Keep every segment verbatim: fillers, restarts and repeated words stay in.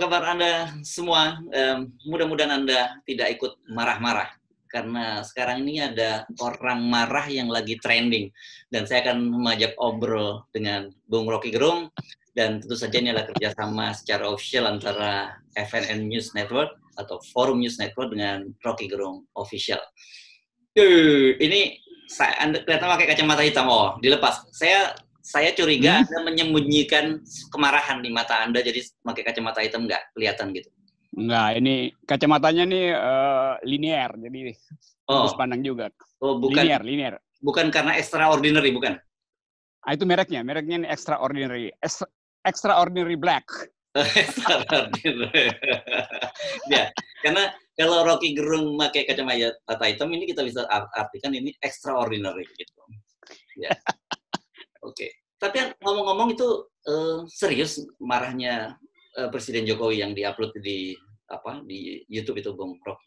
kabar Anda semua? Um, mudah-mudahan Anda tidak ikut marah-marah. Karena sekarang ini ada orang marah yang lagi trending. Dan saya akan mengajak obrol dengan Bung Rocky Gerung. Dan tentu saja ini adalah kerjasama secara official antara F N N News Network atau Forum News Network dengan Rocky Gerung Official. Uh, ini saya, Anda kelihatan pakai kacamata hitam. Oh, dilepas. Saya saya curiga hmm? Anda menyembunyikan kemarahan di mata Anda, jadi pakai kacamata hitam nggak kelihatan gitu. Enggak, ini kacamatanya nih uh, linear, jadi oh. bagus pandang juga. Oh, bukan linear, linear. Bukan karena extraordinary, bukan? Ah, itu mereknya, mereknya ini extraordinary, Extra, extraordinary black. Extraordinary. Ya, karena kalau Rocky Gerung pakai kacamata hitam ini kita bisa artikan ini extraordinary gitu. Ya. Oke. Okay. Tapi ngomong-ngomong itu uh, serius marahnya uh, Presiden Jokowi yang diupload di apa di YouTube itu, Bung Rocky?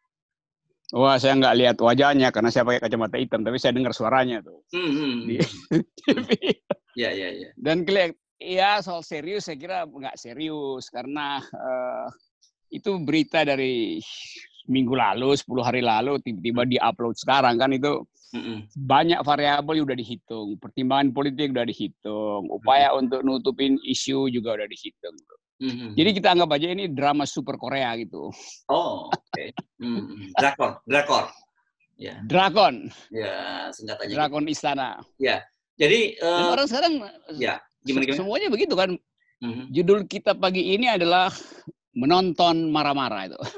Wah, saya nggak lihat wajahnya karena saya pakai kacamata hitam, tapi saya dengar suaranya tuh. Hmm, di T V. Ya, ya, ya. Dan kelihatan, ya soal serius saya kira nggak serius karena uh, itu berita dari minggu lalu, sepuluh hari lalu, tiba-tiba di-upload sekarang kan itu. Mm-mm. Banyak variabel udah dihitung, pertimbangan politik udah dihitung, upaya mm-hmm. untuk nutupin isu juga udah dihitung. Mm-hmm. Jadi kita anggap aja ini drama super Korea gitu. Oh, oke. Okay. Mm-hmm. Drakor, drakor. Ya. Drakon. Ya, singkatannya. Drakon gitu. Istana. Ya. Jadi uh, dan orang sekarang ya, gimana, gimana? Semuanya begitu kan. Mm-hmm. Judul kita pagi ini adalah menonton marah-marah itu.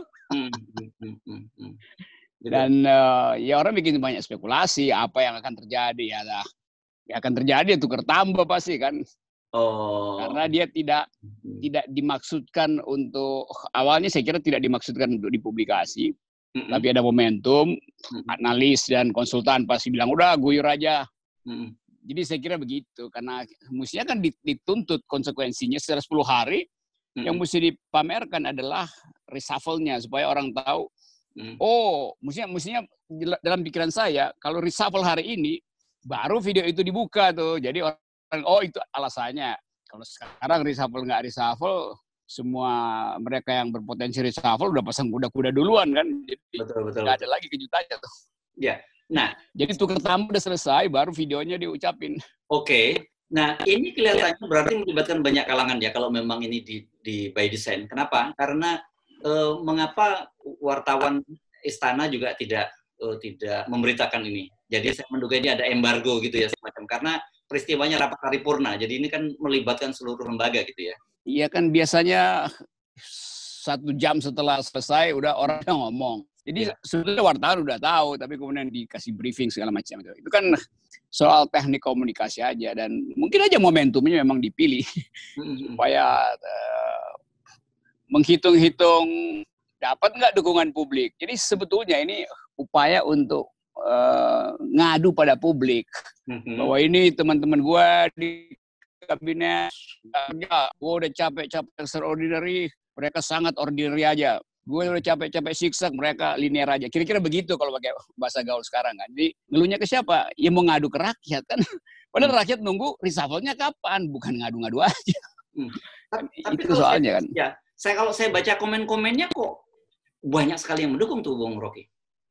Mm-hmm. Dan uh, ya orang bikin banyak spekulasi apa yang akan terjadi ya lah. Ya akan terjadi tukar tambah pasti kan. Oh. Karena dia tidak hmm. tidak dimaksudkan untuk awalnya saya kira tidak dimaksudkan untuk dipublikasi. Hmm. Tapi ada momentum, hmm. analis dan konsultan pasti bilang udah guyur aja. Hmm. Jadi saya kira begitu karena mestinya kan dituntut konsekuensinya setelah sepuluh hari hmm. yang mesti dipamerkan adalah reshuffle-nya supaya orang tahu. Hmm. Oh, mestinya, mestinya dalam pikiran saya, kalau reshuffle hari ini, baru video itu dibuka tuh. Jadi orang, oh itu alasannya. Kalau sekarang reshuffle nggak reshuffle, semua mereka yang berpotensi reshuffle udah pasang kuda-kuda duluan kan. Jadi betul, betul, nggak betul. ada lagi kejutannya tuh. Ya, nah. Jadi tukar tambah udah selesai, baru videonya diucapin. Oke, okay. Nah ini kelihatannya berarti melibatkan banyak kalangan ya, kalau memang ini di, di by design. Kenapa? Karena Uh, mengapa wartawan istana juga tidak uh, tidak memberitakan ini? Jadi saya menduga ini ada embargo gitu ya semacam karena peristiwanya rapat paripurna. Jadi ini kan melibatkan seluruh lembaga gitu ya. Iya kan biasanya satu jam setelah selesai udah orang ngomong. Jadi ya. Sebetulnya wartawan udah tahu tapi kemudian dikasih briefing segala macam itu. Itu kan soal teknik komunikasi aja dan mungkin aja momentumnya memang dipilih mm-hmm. supaya uh, menghitung-hitung dapat nggak dukungan publik. Jadi sebetulnya ini upaya untuk uh, ngadu pada publik. Mm-hmm. Bahwa ini teman-teman gue di kabinet, ya, gue udah capek-capek extraordinary, mereka sangat ordinary aja. Gue udah capek-capek siksak, mereka linear aja. Kira-kira begitu kalau pakai bahasa gaul sekarang kan. Jadi ngeluhnya ke siapa? Ya mau ngadu ke rakyat kan. Padahal hmm. rakyat nunggu reshuffle-nya kapan, bukan ngadu-ngadu aja. Hmm. Tapi, itu soalnya saya, kan. Ya, saya kalau saya baca komen-komennya kok banyak sekali yang mendukung tuh Bung Rocky.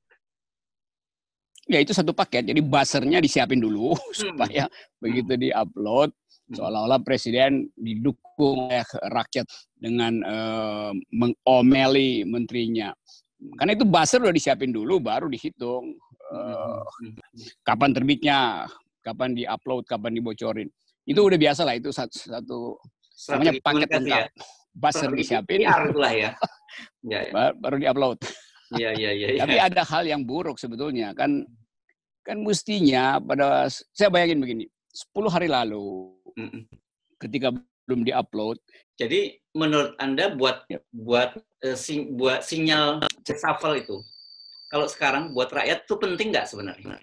Ya itu satu paket. Jadi buzzer-nya disiapin dulu hmm. supaya hmm. begitu di-upload seolah-olah presiden didukung oleh rakyat dengan uh, mengomeli menterinya. Karena itu buzzer udah disiapin dulu, baru dihitung uh, kapan terbitnya, kapan di-upload, kapan dibocorin. Itu udah biasa lah, itu satu, satu namanya paket lengkap. Ya? Buzzer disiapin, itulah ya. Ya, ya. baru di-upload. Ya, ya, ya, ya. Tapi ada hal yang buruk sebetulnya. Kan, kan mestinya pada, saya bayangin begini, sepuluh hari lalu, Mm-mm. ketika belum diupload. Jadi menurut Anda buat ya. buat uh, sing, buat sinyal reshuffle itu, kalau sekarang buat rakyat itu penting nggak sebenarnya?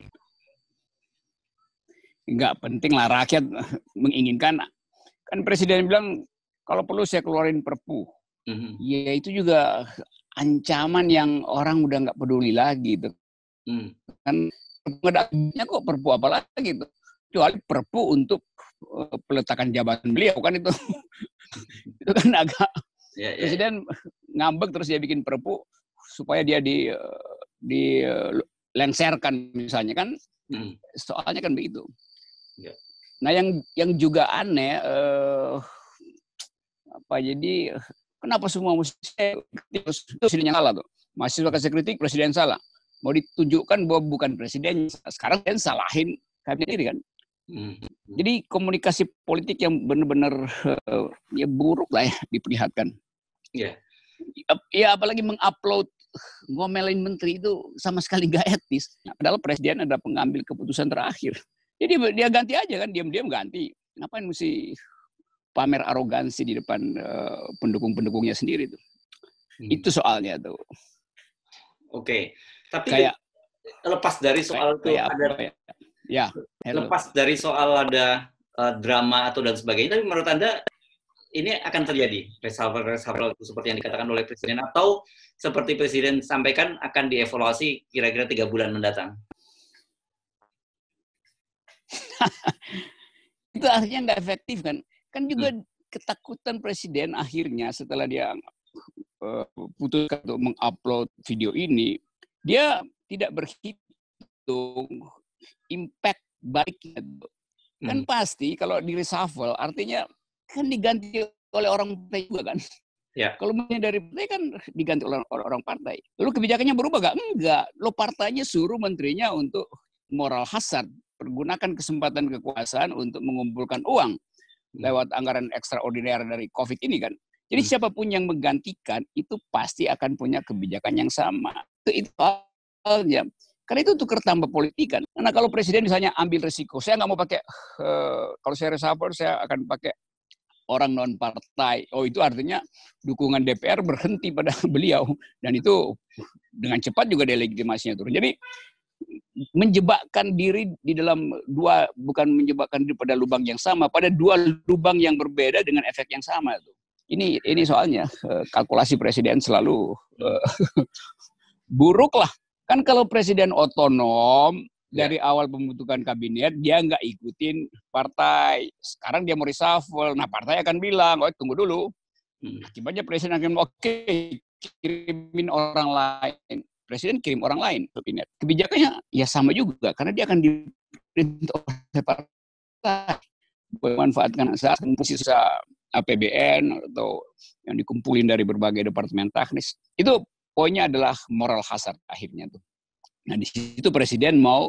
Nggak penting lah, rakyat menginginkan. Kan presiden bilang kalau perlu saya keluarin perpu. Mm-hmm. Ya itu juga ancaman yang orang udah nggak peduli lagi. Mm. Kan nggak kok perpu apa lagi itu. Kecuali perpu untuk peletakan jabatan beliau kan itu. Itu kan agak Ya, ya, Presiden ngambek terus dia bikin perpu supaya dia di di lengserkan misalnya kan. Hmm. Soalnya kan begitu. Ya. Nah yang yang juga aneh eh, apa jadi kenapa semua mesti terus presidennya salah tuh. Mahasiswa kasih kritik presiden salah. Mau ditunjukkan bahwa bukan presiden. Sekarang kan salahin kabinet ini kan. Hmm. Jadi komunikasi politik yang benar-benar uh, ya buruk lah ya diperlihatkan. Iya. Yeah. Ya apalagi mengupload ngomelin menteri itu sama sekali gak etis. Padahal presiden ada pengambil keputusan terakhir. Jadi dia ganti aja kan, diam-diam ganti. Ngapain mesti pamer arogansi di depan uh, pendukung-pendukungnya sendiri tuh. Hmm. Itu soalnya tuh. Oke. Tapi kayak lepas dari soal itu ada ya, ya lepas dari soal ada uh, drama atau dan sebagainya, tapi menurut Anda ini akan terjadi reshuffle-reshuffle seperti yang dikatakan oleh Presiden atau seperti Presiden sampaikan akan dievaluasi kira-kira tiga bulan mendatang? Itu artinya nggak efektif kan? Kan juga hmm. ketakutan Presiden akhirnya setelah dia uh, putuskan untuk mengupload video ini, dia tidak berhitung impact baiknya. Kan hmm. pasti kalau di reshuffle artinya kan diganti oleh orang partai juga kan. Ya. Kalau dari partai kan diganti oleh orang partai. Lalu kebijakannya berubah gak? Enggak. Lo partainya suruh menterinya untuk moral hazard. Pergunakan kesempatan kekuasaan untuk mengumpulkan uang hmm. lewat anggaran ekstraordiner dari COVID ini kan. Jadi hmm. siapapun yang menggantikan itu pasti akan punya kebijakan yang sama. Itu, itu halnya. Karena itu tukar tambah politik kan. Karena kalau presiden misalnya ambil resiko, saya nggak mau pakai, uh, kalau saya reshuffle saya akan pakai orang non partai. Oh itu artinya dukungan D P R berhenti pada beliau dan itu dengan cepat juga delegitimasinya turun. Jadi menjebakkan diri di dalam dua, bukan menjebakkan diri pada lubang yang sama, pada dua lubang yang berbeda dengan efek yang sama tuh. Ini ini soalnya kalkulasi presiden selalu uh, buruk lah. Kan kalau presiden otonom ya. Dari awal pembentukan kabinet dia nggak ikutin partai. Sekarang dia mau reshuffle. Nah partai akan bilang, oh tunggu dulu. Hmm. Akibatnya presiden akan oke okay, kirimin orang lain. Presiden kirim orang lain kabinet. Kebijakannya ya sama juga karena dia akan diperintah oleh partai. Memanfaatkan saat sisa A P B N atau yang dikumpulin dari berbagai departemen teknis. Itu poinnya adalah moral hazard akhirnya tuh. Nah di situ presiden mau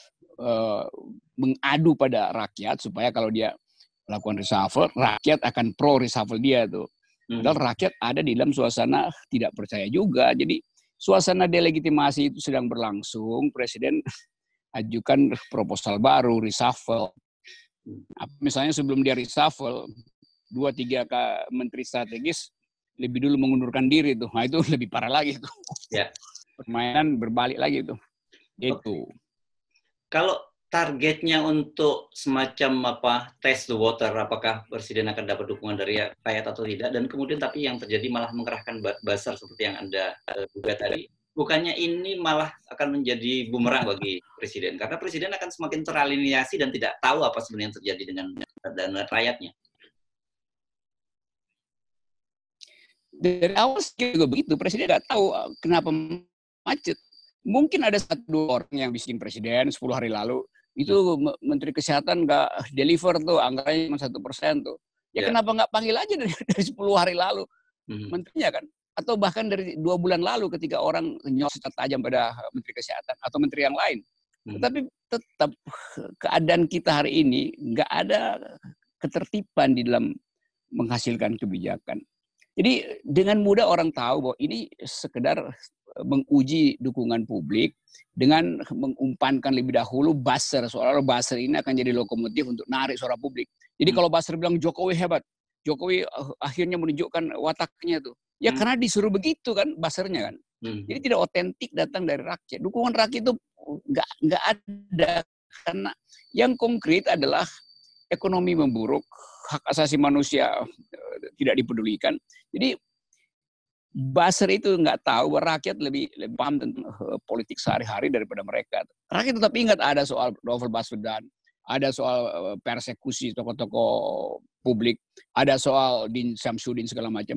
uh, mengadu pada rakyat supaya kalau dia melakukan reshuffle, rakyat akan pro reshuffle dia tuh. Padahal hmm. rakyat ada di dalam suasana tidak percaya juga. Jadi suasana delegitimasi itu sedang berlangsung. Presiden ajukan proposal baru reshuffle. Nah, misalnya sebelum dia reshuffle, dua tiga menteri strategis lebih dulu mengundurkan diri tuh. Nah itu lebih parah lagi tuh. Ya. Permainan berbalik lagi tuh. Itu. Kalau targetnya untuk semacam apa test the water, apakah presiden akan dapat dukungan dari rakyat atau tidak, dan kemudian tapi yang terjadi malah mengerahkan buzzer seperti yang Anda duga uh, tadi. Bukannya ini malah akan menjadi bumerang bagi presiden karena presiden akan semakin teraliniasi dan tidak tahu apa sebenarnya yang terjadi dengan dengan rakyatnya. Dari awal juga begitu, presiden nggak tahu kenapa macet. Mungkin ada satu dua orang yang bisikin presiden sepuluh hari lalu, itu hmm. Menteri Kesehatan nggak deliver tuh, anggarannya cuma satu persen tuh. Ya, ya kenapa nggak panggil aja dari, dari sepuluh hari lalu hmm. menterinya kan? Atau bahkan dari dua bulan lalu ketika orang nyos tajam pada Menteri Kesehatan atau menteri yang lain. Hmm. Tetapi tetap keadaan kita hari ini nggak ada ketertiban di dalam menghasilkan kebijakan. Jadi dengan mudah orang tahu bahwa ini sekedar menguji dukungan publik dengan mengumpankan lebih dahulu buzzer. Soalnya buzzer ini akan jadi lokomotif untuk narik suara publik. Jadi hmm. kalau buzzer bilang Jokowi hebat, Jokowi akhirnya menunjukkan wataknya tuh. Ya hmm. karena disuruh begitu kan buzzernya kan. Hmm. Jadi tidak otentik datang dari rakyat. Dukungan rakyat itu nggak nggak ada karena yang konkret adalah ekonomi memburuk, hak asasi manusia tidak dipedulikan. Jadi buzzer itu nggak tahu, rakyat lebih, lebih paham tentang uh, politik sehari-hari daripada mereka. Rakyat tetap ingat ada soal Novel Baswedan, ada soal uh, persekusi tokoh-tokoh publik, ada soal Din Syamsuddin segala macam.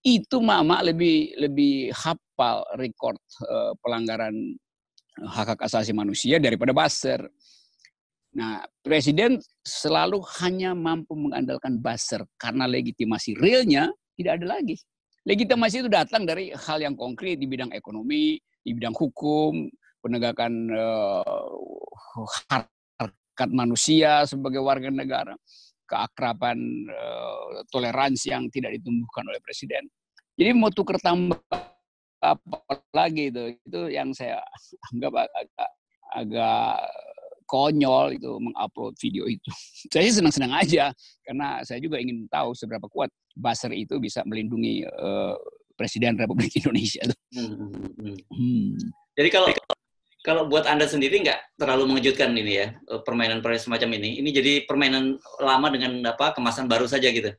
itu Mama lebih lebih hafal rekor uh, pelanggaran hak hak asasi manusia daripada buzzer. Nah, presiden selalu hanya mampu mengandalkan buzzer karena legitimasi realnya tidak ada lagi. Legitimasi itu datang dari hal yang konkret di bidang ekonomi, di bidang hukum, penegakan uh, harkat manusia sebagai warga negara, keakraban, uh, toleransi yang tidak ditumbuhkan oleh presiden. Jadi mau tukar tambah apa lagi itu, itu yang saya anggap agak, agak konyol itu mengupload video itu. Saya senang-senang aja karena saya juga ingin tahu seberapa kuat buzzer itu bisa melindungi uh, Presiden Republik Indonesia. Hmm, hmm, hmm. Hmm. Jadi kalau kalau buat Anda sendiri nggak terlalu mengejutkan ini ya permainan-permainan semacam ini. Ini jadi permainan lama dengan apa kemasan baru saja gitu.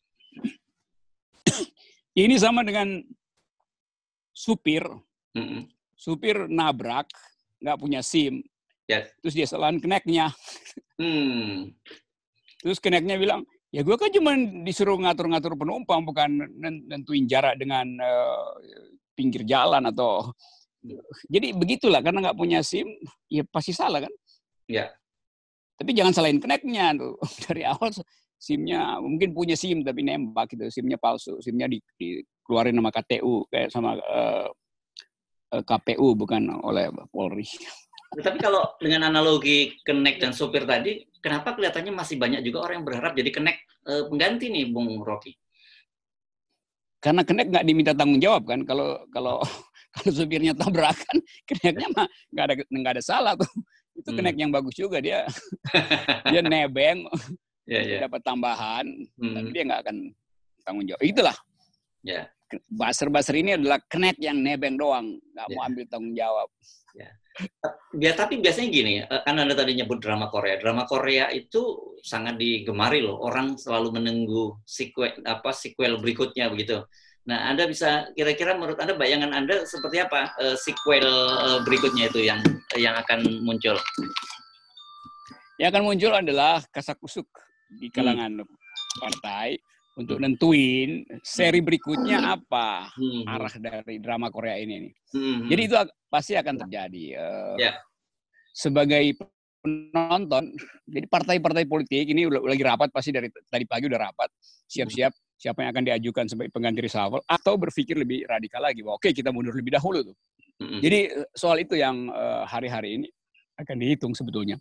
Ini sama dengan supir, hmm. supir nabrak nggak punya SIM. Ya. Terus dia salahin keneknya. Hmm. Terus keneknya bilang, ya gue kan cuma disuruh ngatur-ngatur penumpang, bukan nentuin jarak dengan uh, pinggir jalan atau... Jadi begitulah, karena nggak punya SIM, ya pasti salah kan? Ya. Tapi jangan salahin keneknya tuh. Dari awal SIM-nya, mungkin punya SIM tapi nembak gitu, SIM-nya palsu. SIM-nya di, dikeluarin sama K T U, kayak sama uh, K P U, bukan oleh Polri. Tapi kalau dengan analogi kenek dan sopir tadi, kenapa kelihatannya masih banyak juga orang yang berharap jadi kenek e, pengganti nih, Bung Rocky? Karena kenek nggak diminta tanggung jawab kan, kalau kalau kalau supirnya tabrakan, keneknya mah nggak ada nggak ada salah tuh. Itu kenek hmm. yang bagus juga, dia dia nebeng, yeah, yeah. dapat tambahan, hmm. tapi dia nggak akan tanggung jawab. Itulah. Yeah. Buzzer-buzzer ini adalah kenek yang nebeng doang, nggak yeah. mau ambil tanggung jawab. Yeah. Ya, tapi biasanya gini, kan Anda tadi nyebut drama Korea. Drama Korea itu sangat digemari loh. Orang selalu menunggu sequel apa sequel berikutnya begitu. Nah, Anda bisa kira-kira menurut Anda bayangan Anda seperti apa uh, sequel uh, berikutnya itu yang yang akan muncul? Yang akan muncul adalah kasakusuk di kalangan hmm. partai untuk nentuin seri berikutnya apa hmm. arah dari drama Korea ini nih. Hmm. Jadi itu pasti akan terjadi. Uh, yeah. Sebagai penonton, jadi partai-partai politik ini udah lagi rapat, pasti dari tadi pagi udah rapat, siap-siap siapa yang akan diajukan sebagai pengganti reshuffle, atau berpikir lebih radikal lagi, bahwa oke okay, kita mundur lebih dahulu tuh. Hmm. Jadi soal itu yang uh, hari-hari ini akan dihitung sebetulnya.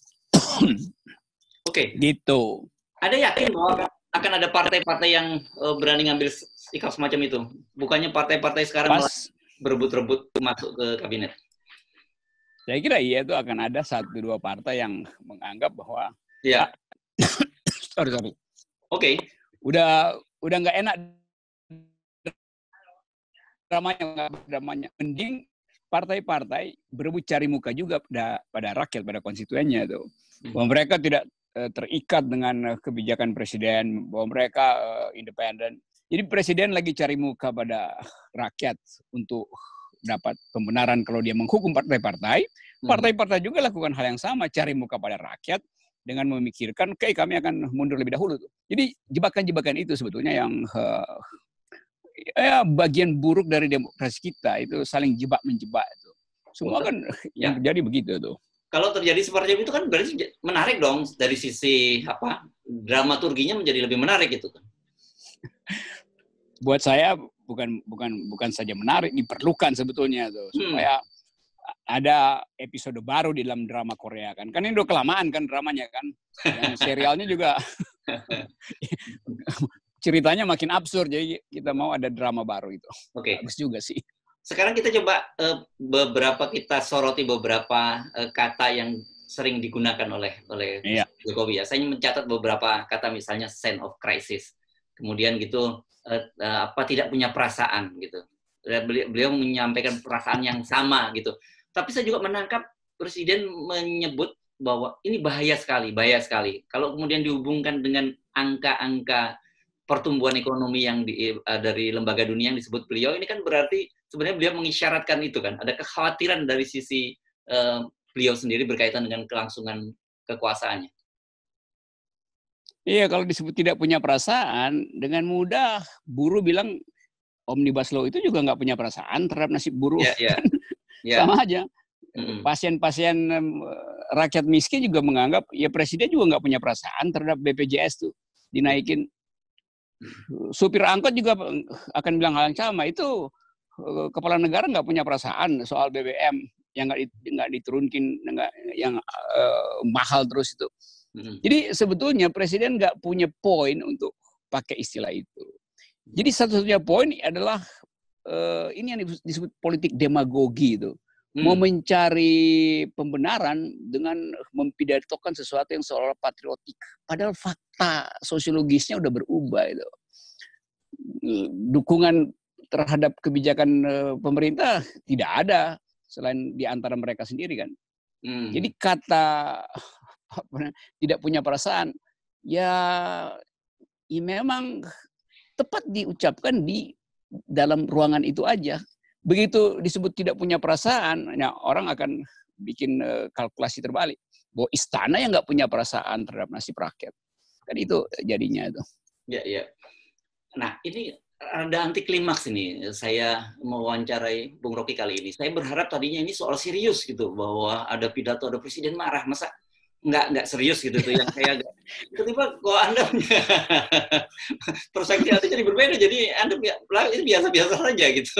Oke. Okay. Gitu. Ada yakin bahwa akan ada partai-partai yang uh, berani ngambil sikap semacam itu? Bukannya partai-partai sekarang Pas, berebut-rebut masuk ke kabinet? Saya kira iya, itu akan ada satu dua partai yang menganggap bahwa ya. sorry sorry. Oke. Okay. Udah udah nggak enak dramanya, dramanya. Mending partai-partai berebut cari muka juga pada pada rakyat, pada konstituennya tuh. Hmm. Bahwa mereka tidak terikat dengan kebijakan presiden, bahwa mereka uh, independen. Jadi presiden lagi cari muka pada rakyat untuk dapat pembenaran kalau dia menghukum partai-partai. Partai-partai juga lakukan hal yang sama, cari muka pada rakyat dengan memikirkan, oke okay, kami akan mundur lebih dahulu. Jadi jebakan-jebakan itu sebetulnya yang uh, ya, bagian buruk dari demokrasi kita, itu saling jebak-menjebak. Itu. Semua kan ya. Yang terjadi begitu tuh. Kalau terjadi seperti itu kan berarti menarik dong dari sisi apa dramaturginya menjadi lebih menarik gitu kan. Buat saya bukan bukan bukan saja menarik, diperlukan sebetulnya tuh supaya hmm. ada episode baru di dalam drama Korea kan. Kan ini udah kelamaan kan dramanya kan. Dan serialnya juga ceritanya makin absurd, jadi kita mau ada drama baru itu. Oke. Okay. Bagus juga sih. Sekarang kita coba uh, beberapa kita soroti beberapa uh, kata yang sering digunakan oleh oleh iya. Jokowi ya. Saya mencatat beberapa kata, misalnya sense of crisis. Kemudian gitu uh, uh, apa tidak punya perasaan gitu. Beliau, beliau menyampaikan perasaan yang sama gitu. Tapi saya juga menangkap Presiden menyebut bahwa ini bahaya sekali, bahaya sekali. Kalau kemudian dihubungkan dengan angka-angka pertumbuhan ekonomi yang di, uh, dari lembaga dunia yang disebut beliau, ini kan berarti sebenarnya beliau mengisyaratkan itu kan, ada kekhawatiran dari sisi uh, beliau sendiri berkaitan dengan kelangsungan kekuasaannya. Iya, kalau disebut tidak punya perasaan, dengan mudah buruh bilang Omnibus Law itu juga nggak punya perasaan terhadap nasib buruh. Yeah, yeah. Yeah. Sama aja. Mm-hmm. Pasien-pasien rakyat miskin juga menganggap, ya presiden juga nggak punya perasaan terhadap B P J S tuh dinaikin. Supir angkot juga akan bilang hal yang sama. Itu kepala negara nggak punya perasaan soal B B M yang nggak nggak diturunkin, nggak yang uh, mahal terus itu. Mm-hmm. Jadi sebetulnya presiden nggak punya poin untuk pakai istilah itu. Jadi satu-satunya poin adalah uh, ini yang disebut politik demagogi itu. Hmm. Mau mencari pembenaran dengan mempidatokan sesuatu yang seolah patriotik. Padahal fakta sosiologisnya udah berubah itu. Dukungan terhadap kebijakan uh, pemerintah tidak ada selain di antara mereka sendiri kan. Hmm. Jadi kata tidak punya perasaan, ya, ya memang tepat diucapkan di dalam ruangan itu aja. Begitu disebut tidak punya perasaan, ya orang akan bikin uh, kalkulasi terbalik. Bahwa istana yang nggak punya perasaan terhadap nasib rakyat. Kan itu jadinya itu. Ya, ya. Nah, ini ada anti klimaks ini. Saya mewawancarai Bung Rocky kali ini. Saya berharap tadinya ini soal serius gitu. Bahwa ada pidato, ada presiden marah. Masa nggak nggak serius gitu tuh yang saya agak tiba-tiba kok Anda punya persepsi Anda jadi berbeda, jadi Anda itu biasa-biasa saja gitu.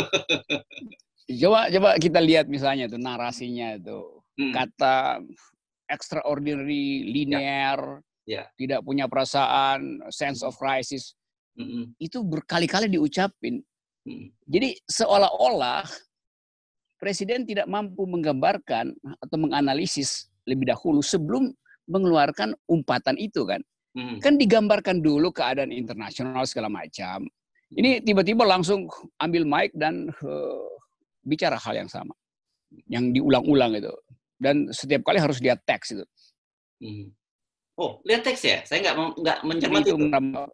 Coba coba kita lihat misalnya tuh narasinya itu hmm. kata extraordinary, linear, ya. Ya. Tidak punya perasaan, sense of crisis, hmm. itu berkali-kali diucapin. Hmm. Jadi seolah-olah presiden tidak mampu menggambarkan atau menganalisis lebih dahulu sebelum mengeluarkan umpatan itu kan. Hmm. Kan digambarkan dulu keadaan internasional segala macam. Ini tiba-tiba langsung ambil mic dan uh, bicara hal yang sama. Yang diulang-ulang itu. Dan setiap kali harus lihat teks itu. Hmm. Oh, lihat teks ya? Saya nggak nggak mencermati itu.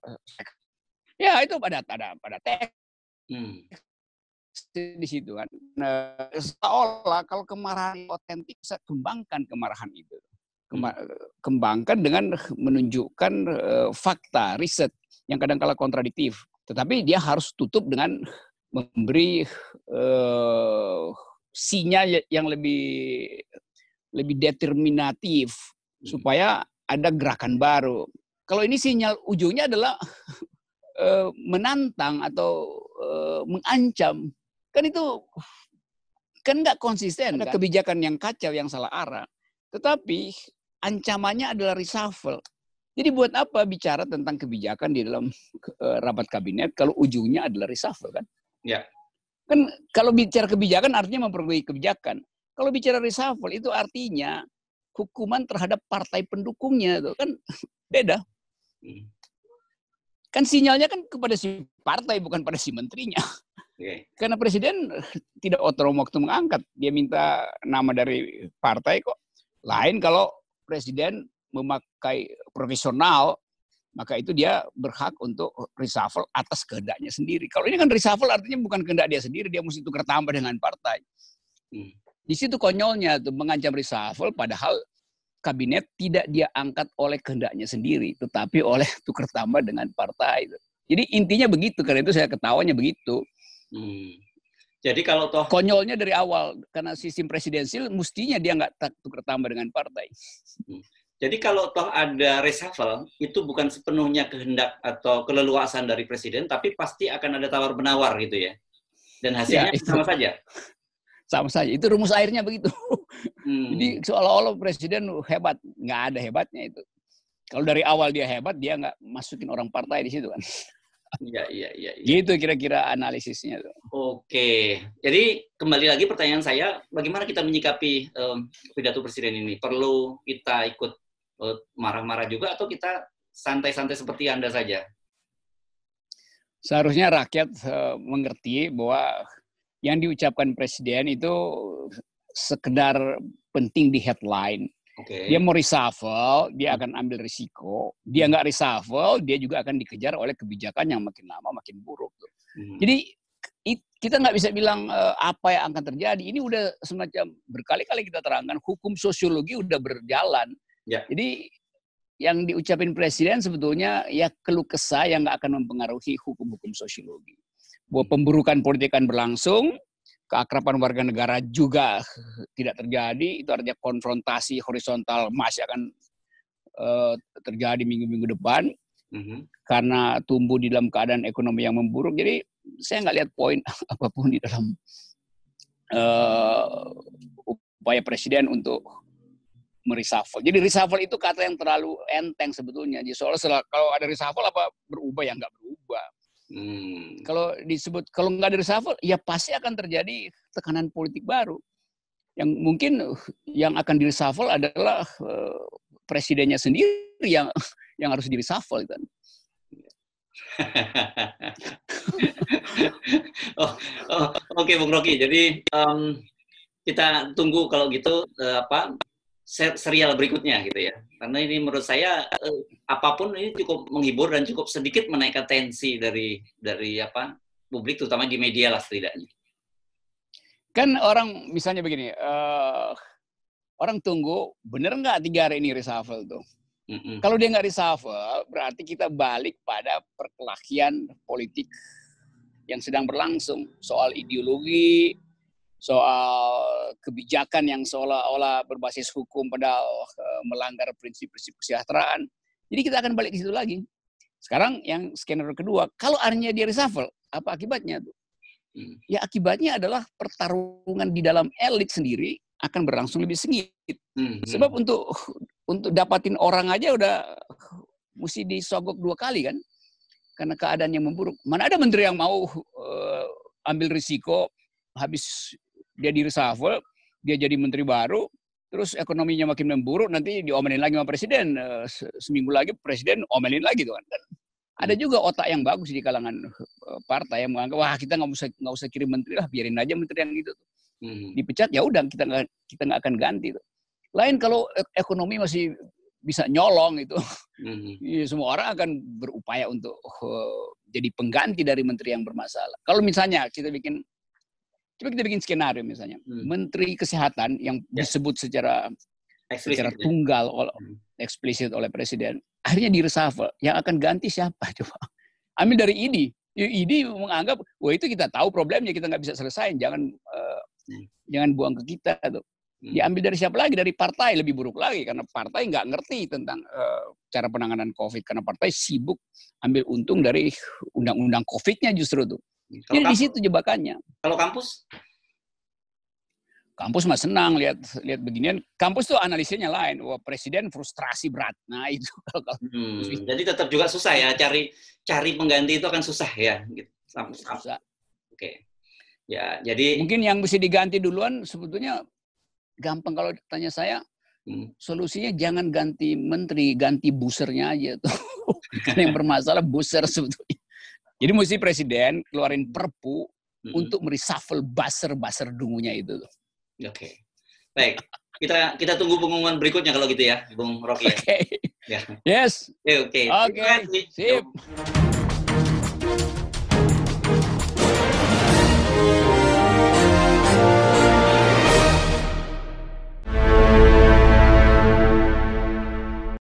Ya, itu pada pada pada teks. Hmm. Di situ kan, nah, seolah kalau kemarahan otentik bisa kembangkan kemarahan itu, Kema- kembangkan dengan menunjukkan uh, fakta riset yang kadang-kala kontradiktif, tetapi dia harus tutup dengan memberi uh, sinyal yang lebih lebih determinatif supaya ada gerakan baru. Kalau ini sinyal ujungnya adalah uh, menantang atau uh, mengancam. Kan itu kan nggak konsisten, ada kan? Kebijakan yang kacau, yang salah arah. Tetapi ancamannya adalah reshuffle. Jadi buat apa bicara tentang kebijakan di dalam uh, rapat kabinet kalau ujungnya adalah reshuffle kan? Ya. Kan kalau bicara kebijakan artinya memperbaiki kebijakan. Kalau bicara reshuffle itu artinya hukuman terhadap partai pendukungnya itu kan beda. Hmm. Kan sinyalnya kan kepada si partai bukan pada si menterinya. Okay. Karena presiden tidak otonom waktu mengangkat. Dia minta nama dari partai kok. Lain kalau presiden memakai profesional, maka itu dia berhak untuk reshuffle atas kehendaknya sendiri. Kalau ini kan reshuffle artinya bukan kehendak dia sendiri, dia mesti tukar tambah dengan partai. Hmm. Di situ konyolnya tuh mengancam reshuffle padahal kabinet tidak dia angkat oleh kehendaknya sendiri, tetapi oleh tukar tambah dengan partai. Jadi intinya begitu, karena itu saya ketawanya begitu. Hmm. Jadi kalau toh konyolnya dari awal karena sistem presidensial mestinya dia nggak tukar tambah dengan partai. Hmm. Jadi kalau toh ada reshuffle itu bukan sepenuhnya kehendak atau keleluasan dari presiden, tapi pasti akan ada tawar menawar gitu ya. Dan hasilnya ya, sama saja. Sama saja. Itu rumus airnya begitu. Hmm. Jadi seolah-olah presiden hebat, nggak ada hebatnya itu. Kalau dari awal dia hebat, dia nggak masukin orang partai di situ kan. Iya, iya, iya. Ya. Gitu kira-kira analisisnya tuh. Oke, jadi kembali lagi pertanyaan saya, bagaimana kita menyikapi um, pidato presiden ini? Perlu kita ikut uh, marah-marah juga atau kita santai-santai seperti Anda saja? Seharusnya rakyat uh, mengerti bahwa yang diucapkan presiden itu sekedar penting di headline. Okay. Dia mau reshuffle, dia akan ambil risiko. Dia nggak reshuffle, dia juga akan dikejar oleh kebijakan yang makin lama makin buruk. Tuh. Hmm. Jadi it, kita nggak bisa bilang uh, apa yang akan terjadi. Ini udah semacam berkali-kali kita terangkan, hukum sosiologi udah berjalan. Yeah. Jadi yang diucapin presiden sebetulnya ya keluh kesah yang nggak akan mempengaruhi hukum-hukum sosiologi. bahwa pemburukan politik akan berlangsung, keakraban warga negara juga tidak terjadi, itu artinya konfrontasi horizontal masih akan uh, terjadi minggu-minggu depan, mm-hmm. karena tumbuh di dalam keadaan ekonomi yang memburuk. Jadi saya nggak lihat poin apapun di dalam uh, upaya presiden untuk mereshuffle. Jadi reshuffle itu kata yang terlalu enteng sebetulnya. Jadi soalnya kalau ada reshuffle apa berubah, ya nggak berubah. Hmm. Kalau disebut kalau nggak ada reshuffle, ya pasti akan terjadi tekanan politik baru. Yang mungkin yang akan di reshuffle adalah uh, presidennya sendiri yang yang harus di reshuffle kan. oh, oh, Oke, okay, Bung Rocky. Jadi um, kita tunggu kalau gitu uh, apa serial berikutnya gitu ya. Karena ini menurut saya eh, apapun ini cukup menghibur dan cukup sedikit menaikkan tensi dari dari apa publik, terutama di media lah setidaknya. Kan orang misalnya begini, uh, orang tunggu bener nggak tiga hari ini reshuffle tuh. Mm-mm. Kalau dia nggak reshuffle, berarti kita balik pada perkelahian politik yang sedang berlangsung soal ideologi, soal kebijakan yang seolah-olah berbasis hukum padahal uh, melanggar prinsip-prinsip kesejahteraan. Jadi kita akan balik ke situ lagi. Sekarang yang skenario kedua, kalau akhirnya dia reshuffle, apa akibatnya tuh? Hmm. Ya akibatnya adalah pertarungan di dalam elit sendiri akan berlangsung lebih sengit. Hmm. Sebab untuk untuk dapatin orang aja udah mesti disogok dua kali kan, karena keadaan yang memburuk. Mana ada menteri yang mau uh, ambil risiko habis dia di reshuffle, dia jadi menteri baru, terus ekonominya makin memburuk, nanti diomelin lagi sama presiden. Seminggu lagi presiden omelin lagi tuh kan. Ada juga otak yang bagus di kalangan partai yang menganggap wah kita nggak usah nggak usah kirim menteri lah, biarin aja menteri yang itu hmm. dipecat, ya udah kita nggak kita nggak akan ganti tuh. Lain kalau ekonomi masih bisa nyolong itu, hmm. ya, semua orang akan berupaya untuk uh, jadi pengganti dari menteri yang bermasalah. Kalau misalnya kita bikin Coba kita bikin skenario misalnya, hmm. Menteri Kesehatan yang ya. disebut secara secara tunggal oleh hmm. eksplisit oleh presiden, akhirnya di reshuffle, yang akan ganti siapa coba? Ambil dari I D I. I D I menganggap, wah itu kita tahu problemnya, kita nggak bisa selesai, jangan uh, hmm. jangan buang ke kita tuh. Hmm. Diambil dari siapa lagi? Dari partai, lebih buruk lagi karena partai nggak ngerti tentang uh, cara penanganan COVID, karena partai sibuk ambil untung dari undang-undang COVID-nya justru tuh. Jadi di situ jebakannya. Kalau kampus? Kampus mah senang lihat lihat beginian. Kampus tuh analisisnya lain. Wah, presiden frustrasi berat. Nah itu kalau hmm, jadi tetap juga susah ya cari cari pengganti itu akan susah ya. Gitu. Susah. Oke. Okay. Ya jadi mungkin yang mesti diganti duluan sebetulnya gampang kalau tanya saya. Hmm. Solusinya jangan ganti menteri, ganti busernya aja tuh. Karena yang bermasalah buser sebetulnya. Jadi mesti presiden keluarin perpu mm-hmm. untuk mereshuffle buzzer-buzzer dungunya itu. Oke, okay. Baik. Kita kita tunggu pengumuman berikutnya kalau gitu ya, Bung Rocky. Oke. Okay. Ya. Yes. Oke. Okay. Oke. Okay. Sip.